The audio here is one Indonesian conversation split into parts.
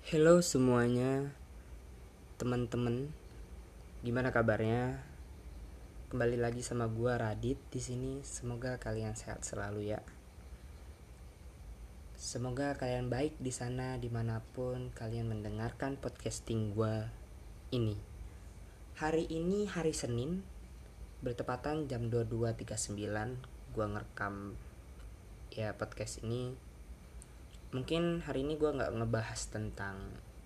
Halo semuanya, teman-teman. Gimana kabarnya? Kembali lagi sama gua Radit di sini. Semoga kalian sehat selalu ya. Semoga kalian baik di sana dimanapun kalian mendengarkan podcasting gua ini. Hari ini hari Senin, bertepatan jam 22.39 gua ngerekam ya podcast ini. Mungkin hari ini gua nggak ngebahas tentang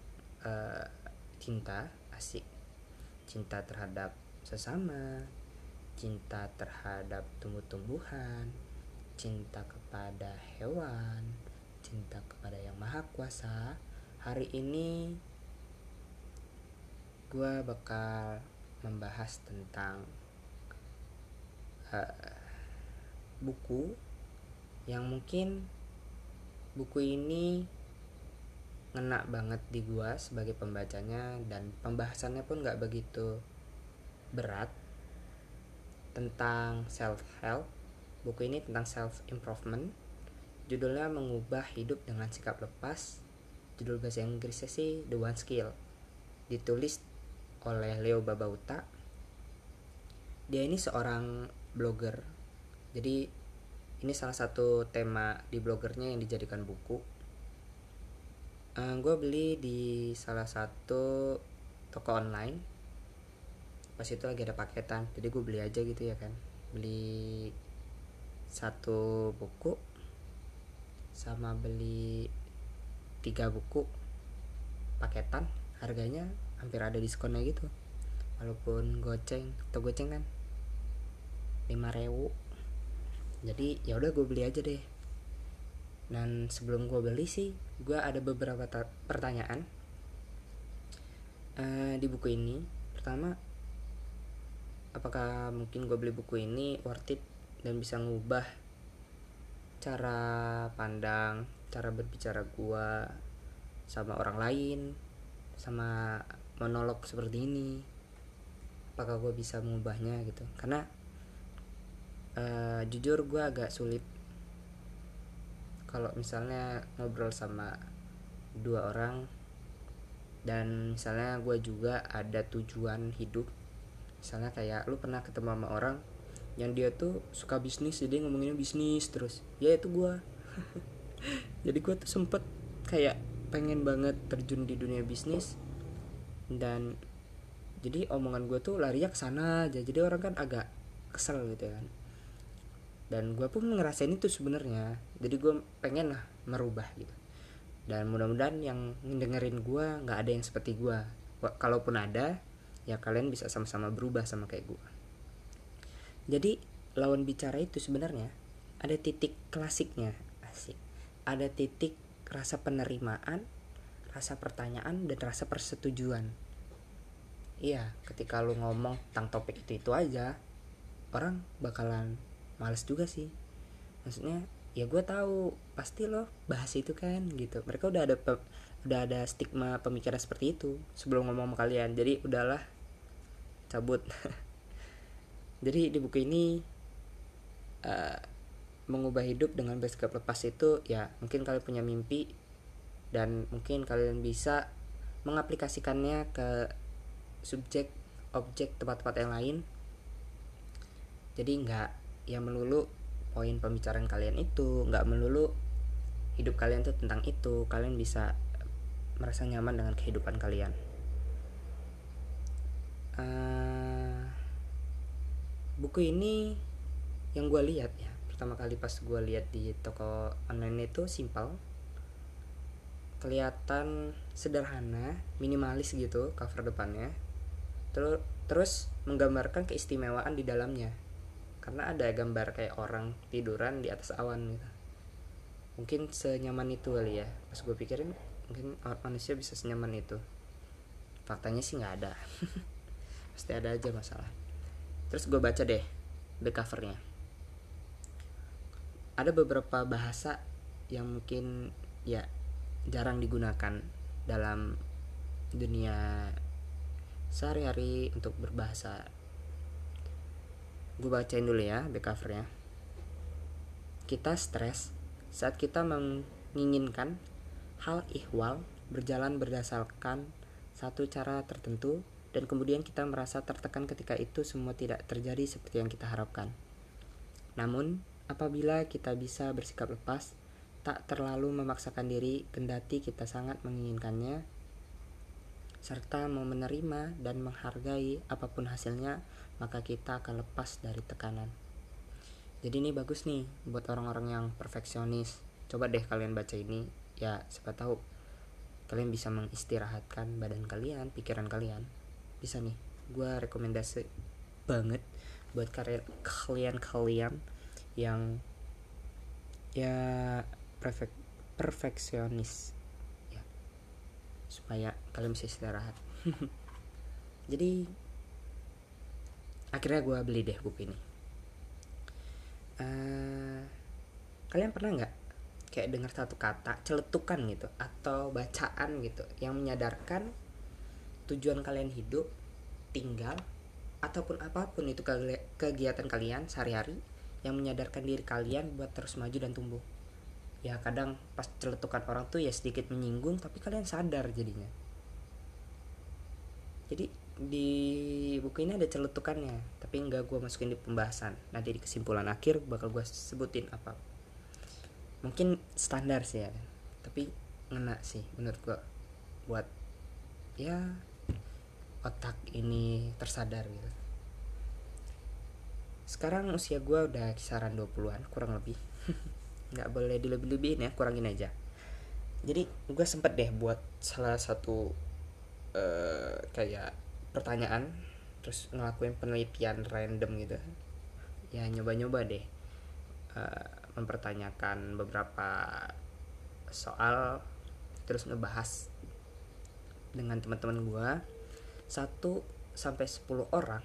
cinta, asik, cinta terhadap sesama, cinta terhadap tumbuh-tumbuhan, cinta kepada hewan, cinta kepada yang maha kuasa. Hari ini gue bakal membahas tentang buku yang mungkin buku ini ngena banget di gue sebagai pembacanya, dan pembahasannya pun gak begitu berat, tentang self help. Buku ini tentang self improvement. Judulnya Mengubah Hidup dengan Sikap Lepas. Judul bahasa Inggrisnya sih The One Skill. Ditulis oleh Leo Babauta. Dia ini seorang blogger. Jadi ini salah satu tema di blogernya yang dijadikan buku. Gue beli di salah satu toko online. Pas itu lagi ada paketan, jadi gue beli aja gitu ya kan. Beli satu buku sama beli 3 buku paketan, harganya hampir ada diskonnya gitu, walaupun goceng kan 5.000. Jadi ya udah gue beli aja deh. Dan sebelum gue beli sih, gue ada beberapa pertanyaan di buku ini. Pertama, apakah mungkin gue beli buku ini worth it dan bisa ngubah cara pandang, cara berbicara gue sama orang lain, sama monolog seperti ini. Apakah gue bisa mengubahnya gitu? Karena jujur gue agak sulit kalau misalnya ngobrol sama 2 orang, dan misalnya gue juga ada tujuan hidup. Misalnya kayak lu pernah ketemu sama orang yang dia tuh suka bisnis, jadi ngomonginnya bisnis terus, ya itu gue. Jadi gue tuh sempet kayak pengen banget terjun di dunia bisnis, dan jadi omongan gue tuh larinya ke sana aja. Jadi orang kan agak kesel gitu kan. Dan gue pun ngerasain itu sebenarnya. Jadi gue pengen lah merubah gitu. Dan mudah-mudahan yang dengerin gue nggak ada yang seperti gue. Kalaupun ada, ya kalian bisa sama-sama berubah sama kayak gue. Jadi lawan bicara itu sebenarnya ada titik klasiknya, asik. Ada titik rasa penerimaan, rasa pertanyaan, dan rasa persetujuan. Iya, ketika lu ngomong tentang topik itu aja, orang bakalan males juga sih. Maksudnya ya gue tahu pasti lo bahas itu kan gitu. Mereka udah ada stigma pemikiran seperti itu sebelum ngomong sama kalian. Jadi udahlah, cabut. Jadi di buku ini mengubah hidup dengan bersikap lepas itu, ya mungkin kalian punya mimpi dan mungkin kalian bisa mengaplikasikannya ke subjek, objek, tempat-tempat yang lain. Jadi nggak ya melulu poin pembicaraan kalian itu, nggak melulu hidup kalian tuh tentang itu. Kalian bisa merasa nyaman dengan kehidupan kalian. Buku ini yang gue lihat ya, pertama kali pas gue lihat di toko online itu simpel, kelihatan sederhana, minimalis gitu cover depannya. Terus menggambarkan keistimewaan di dalamnya, karena ada gambar kayak orang tiduran di atas awan gitu. Mungkin senyaman itu kali ya. Pas gue pikirin, mungkin manusia bisa senyaman itu. Faktanya sih nggak ada. Pasti ada aja masalah. Terus gue baca deh the covernya. Ada beberapa bahasa yang mungkin ya jarang digunakan dalam dunia sehari-hari untuk berbahasa. Gue bacain dulu ya the covernya. Kita stres saat kita menginginkan hal ihwal berjalan berdasarkan satu cara tertentu, dan kemudian kita merasa tertekan ketika itu semua tidak terjadi seperti yang kita harapkan. Namun, apabila kita bisa bersikap lepas, tak terlalu memaksakan diri kendati kita sangat menginginkannya, serta mau menerima dan menghargai apapun hasilnya, maka kita akan lepas dari tekanan. Jadi ini bagus nih buat orang-orang yang perfeksionis. Coba deh kalian baca ini, ya siapa tahu kalian bisa mengistirahatkan badan kalian, pikiran kalian. Bisa nih, gue rekomendasi banget buat kalian yang ya perfeksionis ya, supaya kalian bisa istirahat. Jadi akhirnya gue beli deh buku ini. Kalian pernah nggak kayak dengar satu kata celetukan gitu atau bacaan gitu yang menyadarkan tujuan kalian hidup, tinggal, ataupun apapun itu kegiatan kalian sehari-hari, yang menyadarkan diri kalian buat terus maju dan tumbuh. Ya kadang pas celetukan orang tuh ya sedikit menyinggung, tapi kalian sadar jadinya. Jadi di buku ini ada celetukannya, tapi nggak gue masukin di pembahasan. Nanti di kesimpulan akhir bakal gue sebutin apa. Mungkin standar sih ya, tapi ngena sih menurut gue buat ya otak ini tersadar gitu. Sekarang usia gue udah kisaran 20-an kurang lebih. Nggak boleh dilebih-lebihin ya, kurangin aja. Jadi gue sempet deh buat salah satu kayak pertanyaan, terus ngelakuin penelitian random gitu. Ya nyoba-nyoba deh mempertanyakan beberapa soal, terus ngebahas dengan teman-teman gue 1-10 orang.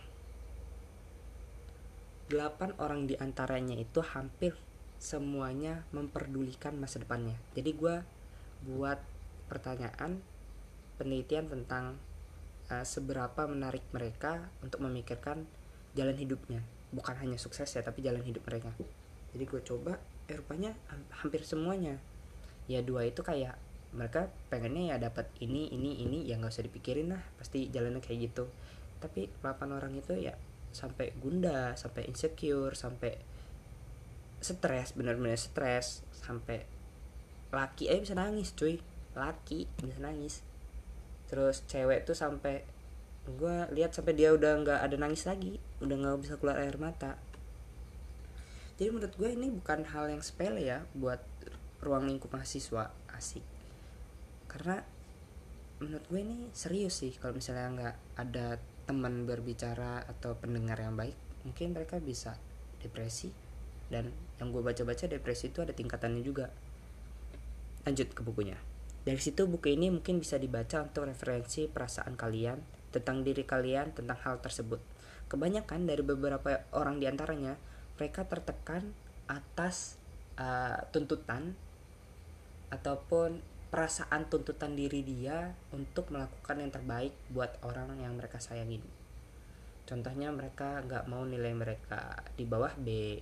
8 orang diantaranya itu hampir semuanya memperdulikan masa depannya. Jadi gue buat pertanyaan penelitian tentang seberapa menarik mereka untuk memikirkan jalan hidupnya, bukan hanya sukses ya, tapi jalan hidup mereka. Jadi gue coba, rupanya hampir semuanya. Ya 2 itu kayak mereka pengennya ya dapat ini, ya nggak usah dipikirin lah, pasti jalannya kayak gitu. Tapi 8 orang itu ya sampai gundah, sampai insecure, sampai stres, benar-benar stres, sampai laki aja bisa nangis cuy, laki bisa nangis. Terus cewek tuh sampai gue lihat sampai dia udah nggak ada nangis lagi, udah nggak bisa keluar air mata. Jadi menurut gue ini bukan hal yang sepele ya buat ruang lingkup mahasiswa, asik. Karena menurut gue ini serius sih, kalau misalnya nggak ada teman berbicara atau pendengar yang baik, mungkin mereka bisa depresi. Dan yang gue baca-baca, depresi itu ada tingkatannya juga. Lanjut ke bukunya. Dari situ buku ini mungkin bisa dibaca untuk referensi perasaan kalian tentang diri kalian tentang hal tersebut. Kebanyakan dari beberapa orang diantaranya, mereka tertekan atas tuntutan ataupun perasaan tuntutan diri dia untuk melakukan yang terbaik buat orang yang mereka sayangin. Contohnya mereka gak mau nilai mereka di bawah B,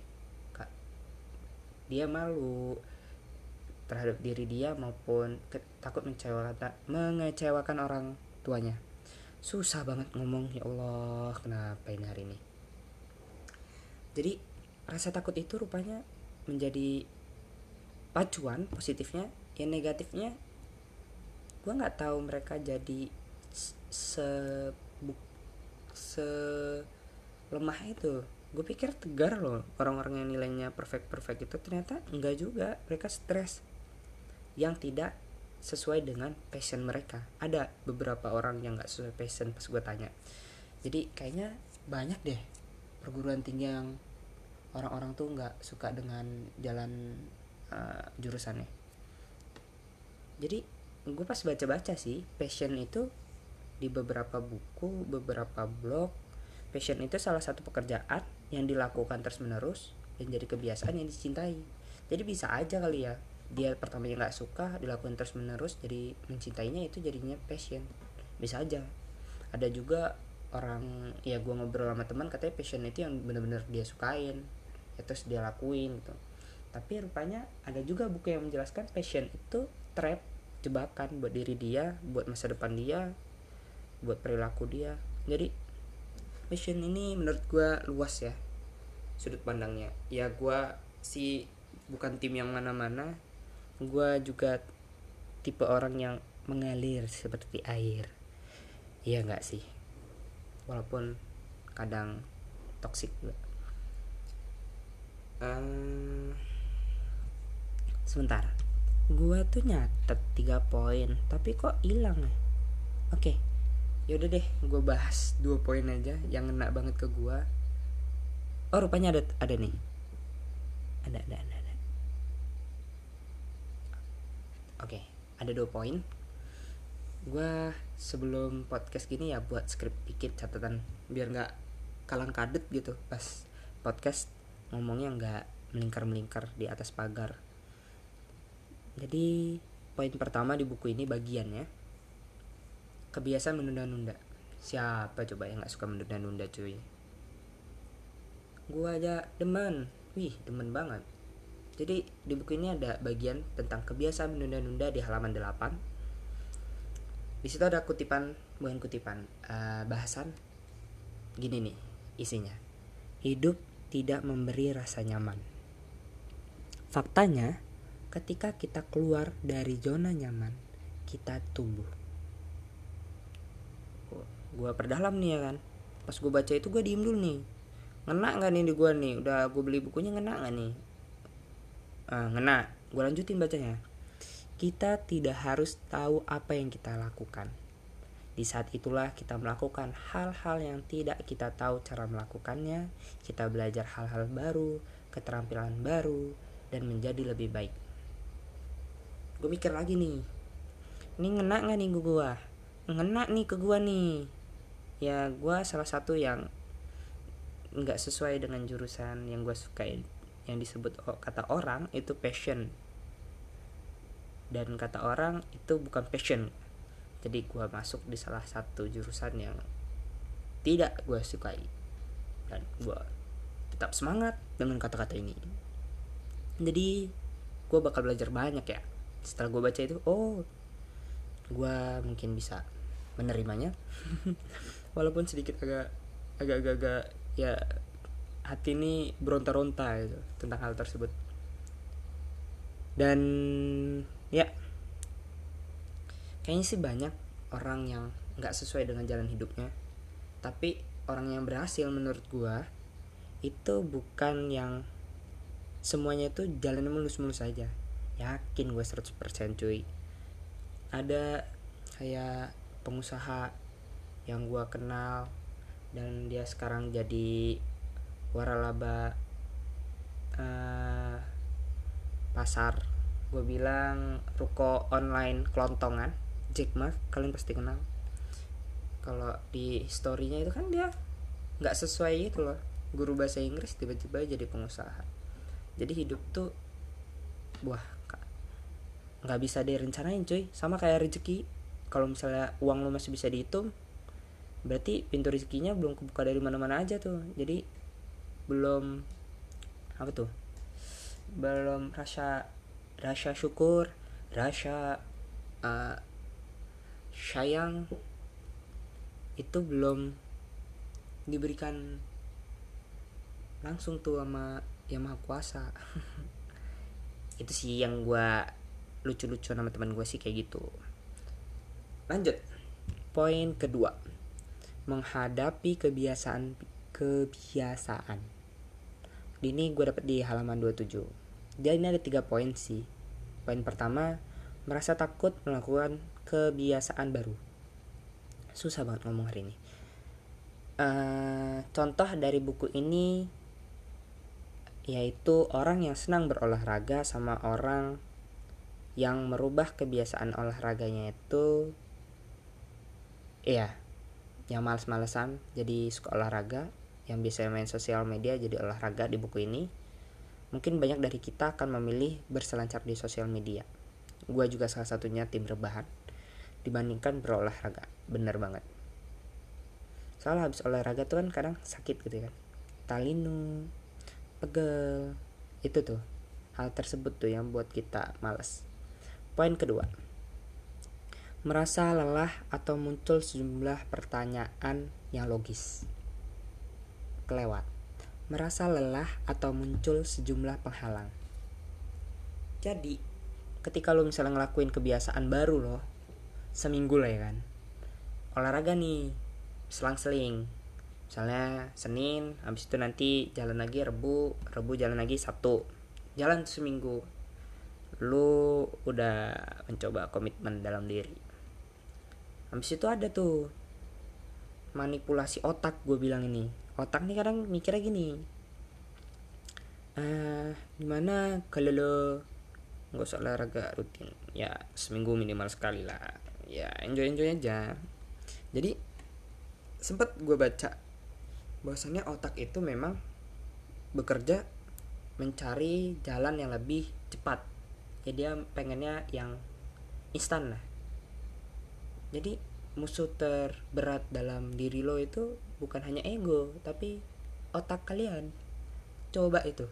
dia malu terhadap diri dia maupun takut mengecewakan orang tuanya. Susah banget ngomong, ya Allah, kenapa ini hari ini. Jadi rasa takut itu rupanya menjadi pacuan positifnya. Yang negatifnya gue nggak tahu mereka jadi lemah itu. Gue pikir tegar loh orang-orang yang nilainya perfect itu, ternyata enggak juga. Mereka stres yang tidak sesuai dengan passion mereka. Ada beberapa orang yang gak sesuai passion pas gue tanya. Jadi kayaknya banyak deh perguruan tinggi yang orang-orang tuh gak suka dengan jalan jurusannya. Jadi gue pas baca-baca sih, passion itu di beberapa buku, beberapa blog, passion itu salah satu pekerjaan yang dilakukan terus menerus dan jadi kebiasaan yang dicintai. Jadi bisa aja kali ya, dia pertamanya gak suka, dilakukan terus menerus, jadi mencintainya, itu jadinya passion. Bisa aja. Ada juga orang, ya gue ngobrol sama teman, katanya passion itu yang benar-benar dia sukain, ya terus dia lakuin gitu. Tapi rupanya ada juga buku yang menjelaskan passion itu trap, jebakan buat diri dia, buat masa depan dia, buat perilaku dia. Jadi passion ini menurut gue luas ya sudut pandangnya. Ya gue sih bukan tim yang mana-mana, gue juga tipe orang yang mengalir seperti air. Iya nggak sih, walaupun kadang toksik juga. Sebentar, gue tuh nyatet 3 poin tapi kok hilang ya. Oke, yaudah deh, gue bahas 2 poin aja yang ngena banget ke gue. Oh rupanya ada nih. Ada. Oke, ada 2 poin. Gue sebelum podcast gini ya buat skrip dikit catatan biar nggak kalang kadut gitu pas podcast ngomongnya nggak melingkar di atas pagar. Jadi poin pertama di buku ini bagiannya kebiasaan menunda-nunda. Siapa coba yang nggak suka menunda-nunda cuy? Gue aja demen banget. Jadi di buku ini ada bagian tentang kebiasaan menunda-nunda di halaman 8. Di situ ada bahasan gini nih isinya. Hidup tidak memberi rasa nyaman. Faktanya, ketika kita keluar dari zona nyaman, kita tumbuh. Gue perdalam nih ya kan. Pas gue baca itu gue diem dulu nih. Ngena gak nih di gue nih? Udah gue beli bukunya, ngena gak nih? Ngena. Gue lanjutin bacanya. Kita tidak harus tahu apa yang kita lakukan. Di saat itulah kita melakukan hal-hal yang tidak kita tahu cara melakukannya. Kita belajar hal-hal baru, keterampilan baru, dan menjadi lebih baik. Gue mikir lagi nih, ini ngena gak nih gue? Ngena nih ke gue nih. Ya gue salah satu yang gak sesuai dengan jurusan yang gue sukain. Yang disebut kata orang itu passion, dan kata orang itu bukan passion. Jadi gue masuk di salah satu jurusan yang tidak gue sukai, dan gue tetap semangat dengan kata-kata ini. Jadi gue bakal belajar banyak ya. Setelah gue baca itu, gue mungkin bisa menerimanya. Walaupun sedikit agak ya hati ini beronta-ronta gitu tentang hal tersebut. Dan ya kayaknya sih banyak orang yang gak sesuai dengan jalan hidupnya. Tapi orang yang berhasil menurut gue itu bukan yang semuanya itu jalannya mulus-mulus aja. Yakin gue 100% cuy. Ada kayak pengusaha yang gue kenal dan dia sekarang jadi waralaba pasar, gue bilang ruko online kelontongan, Jack Ma, kalian pasti kenal. Kalau di storynya itu kan dia nggak sesuai itu loh, guru bahasa Inggris tiba-tiba jadi pengusaha. Jadi hidup tuh nggak bisa direncanain cuy. Sama kayak rezeki, kalau misalnya uang lo masih bisa dihitung, berarti pintu rezekinya belum kebuka dari mana-mana aja tuh. Jadi belum rasa syukur, rasa sayang itu belum diberikan langsung tuh sama Yang Maha Kuasa. Itu sih yang gue lucu-lucu sama teman gue sih kayak gitu. Lanjut, poin kedua, menghadapi kebiasaan. Ini gue dapet di halaman 27. Dia ini ada 3 poin sih. Poin pertama, merasa takut melakukan kebiasaan baru. Susah banget ngomong hari ini. Contoh dari buku ini yaitu orang yang senang berolahraga sama orang yang merubah kebiasaan olahraganya itu yang malas-malesan jadi suka olahraga, yang biasanya main sosial media jadi olahraga. Di buku ini mungkin banyak dari kita akan memilih berselancar di sosial media. Gue juga salah satunya tim rebahan dibandingkan berolahraga. Bener banget. Soalnya habis olahraga tuh kan kadang sakit gitu kan, talinu, pegel. Itu tuh hal tersebut tuh yang buat kita malas. Poin kedua, Merasa lelah atau muncul sejumlah pertanyaan yang logis. Kelewat. Merasa lelah atau muncul sejumlah penghalang. Jadi, ketika lo misalnya ngelakuin kebiasaan baru lo, seminggu lah ya kan, olahraga nih, selang-seling. Misalnya Senin, habis itu nanti jalan lagi Rebu jalan lagi Sabtu. Jalan seminggu. Lu udah mencoba komitmen dalam diri. Habis itu ada tuh manipulasi otak, gue bilang ini. Otak nih kadang mikirnya gini. Gimana kalau lo nggak usah olahraga rutin, ya seminggu minimal sekali lah, ya enjoy aja. Jadi sempat gue baca bahwasannya otak itu memang bekerja mencari jalan yang lebih cepat, ya dia pengennya yang instan lah. Jadi musuh terberat dalam diri lo itu bukan hanya ego, tapi otak kalian. Coba itu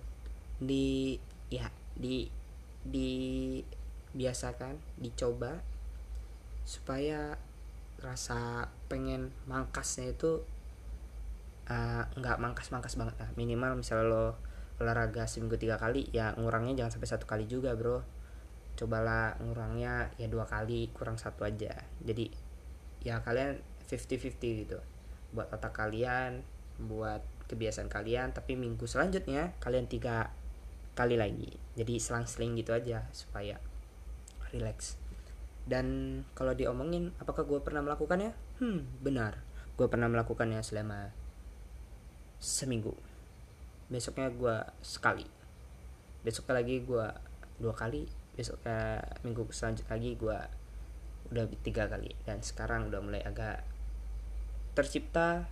dibiasakan, dicoba supaya rasa pengen mangkasnya itu nggak mangkas banget lah. Minimal misalnya lo olahraga seminggu 3 kali, ya ngurangnya jangan sampai 1 kali juga bro. Cobalah ngurangnya ya 2 kali, kurang 1 aja. Jadi ya kalian 50-50 gitu, buat otak kalian, buat kebiasaan kalian. Tapi minggu selanjutnya kalian 3 kali lagi. Jadi selang-seling gitu aja supaya relax. Dan kalau diomongin apakah gue pernah melakukannya? Benar, gue pernah melakukannya selama seminggu. Besoknya gue sekali, besoknya lagi gue 2 kali, besoknya minggu selanjutnya lagi gue udah 3 kali. Dan sekarang udah mulai agak tercipta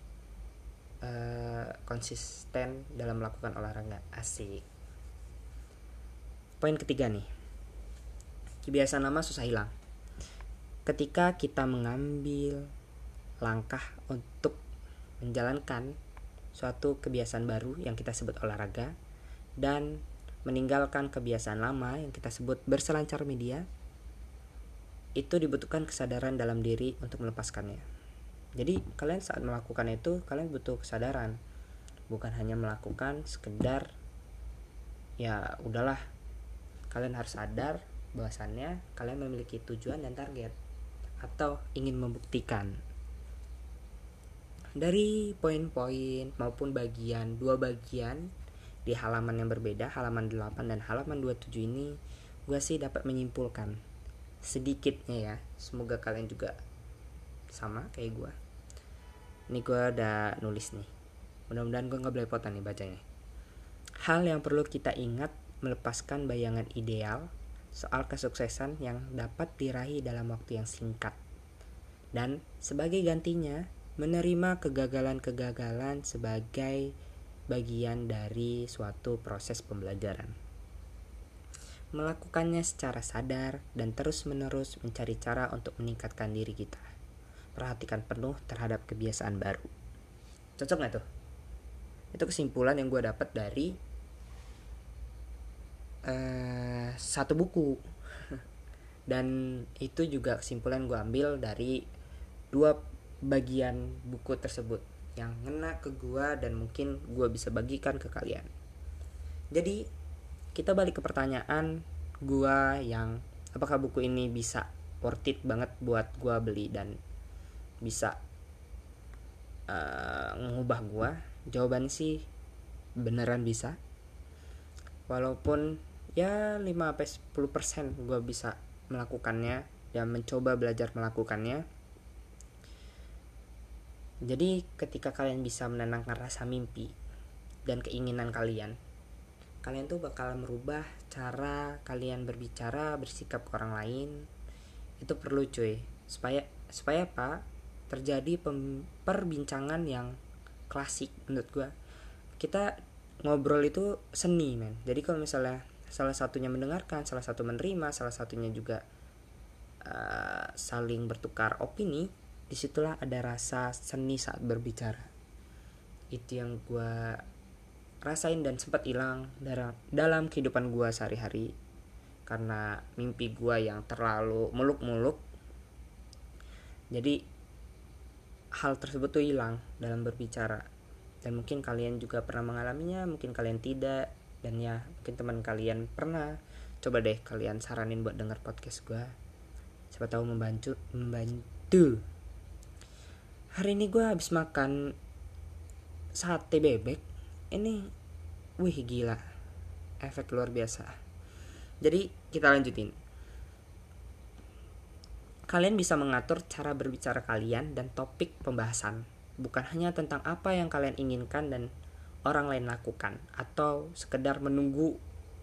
konsisten dalam melakukan olahraga. Asik. Poin ketiga nih, kebiasaan lama susah hilang. Ketika kita mengambil langkah untuk menjalankan suatu kebiasaan baru yang kita sebut olahraga dan meninggalkan kebiasaan lama yang kita sebut berselancar media, itu dibutuhkan kesadaran dalam diri untuk melepaskannya. Jadi kalian saat melakukan itu, kalian butuh kesadaran, bukan hanya melakukan sekedar ya udahlah. Kalian harus sadar bahwasannya kalian memiliki tujuan dan target atau ingin membuktikan. Dari poin-poin maupun dua bagian di halaman yang berbeda, halaman 8 dan halaman 27 ini, gue sih dapat menyimpulkan sedikitnya ya. Semoga kalian juga sama kayak gue. Ini gue udah nulis nih, mudah-mudahan gue gak belepotan nih bacanya. Hal yang perlu kita ingat, melepaskan bayangan ideal soal kesuksesan yang dapat diraih dalam waktu yang singkat, dan sebagai gantinya menerima kegagalan-kegagalan sebagai bagian dari suatu proses pembelajaran. Melakukannya secara sadar dan terus-menerus mencari cara untuk meningkatkan diri kita. Perhatikan penuh terhadap kebiasaan baru. Cocok gak tuh? Itu kesimpulan yang gue dapat dari satu buku. Dan itu juga kesimpulan gue ambil dari 2 bagian buku tersebut yang ngena ke gue dan mungkin gue bisa bagikan ke kalian. Jadi kita balik ke pertanyaan gue yang apakah buku ini bisa worth it banget buat gue beli dan bisa mengubah gue. Jawaban sih beneran bisa. Walaupun ya 5-10% gue bisa melakukannya dan mencoba belajar melakukannya. Jadi ketika kalian bisa menenangkan rasa mimpi dan keinginan kalian tuh bakal merubah cara kalian berbicara, bersikap ke orang lain. Itu perlu cuy, supaya apa? Terjadi perbincangan yang klasik menurut gue. Kita ngobrol itu seni men. Jadi kalau misalnya salah satunya mendengarkan, salah satu menerima, salah satunya juga saling bertukar opini, disitulah ada rasa seni saat berbicara. Itu yang gue rasain dan sempat hilang dalam kehidupan gue sehari-hari karena mimpi gue yang terlalu muluk-muluk. Jadi hal tersebut tuh hilang dalam berbicara. Dan mungkin kalian juga pernah mengalaminya, mungkin kalian tidak. Dan ya mungkin teman kalian pernah. Coba deh kalian saranin buat denger podcast gue, siapa tahu membantu. Hari ini gue habis makan sate bebek. Ini wih gila, efek luar biasa. Jadi kita lanjutin. Kalian bisa mengatur cara berbicara kalian dan topik pembahasan, bukan hanya tentang apa yang kalian inginkan dan orang lain lakukan, atau sekedar menunggu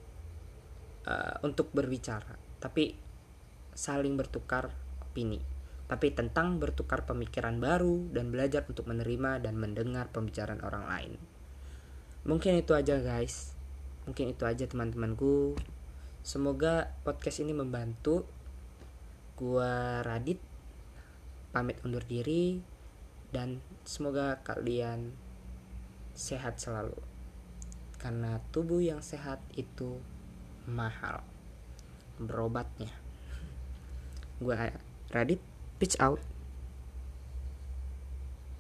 untuk berbicara, tapi saling bertukar opini, tapi tentang bertukar pemikiran baru dan belajar untuk menerima dan mendengar pembicaraan orang lain. Mungkin itu aja guys, mungkin itu aja teman-temanku. Semoga podcast ini membantu. Gua Radit pamit undur diri, dan semoga kalian sehat selalu, karena tubuh yang sehat itu mahal berobatnya. Gua Radit, peace out.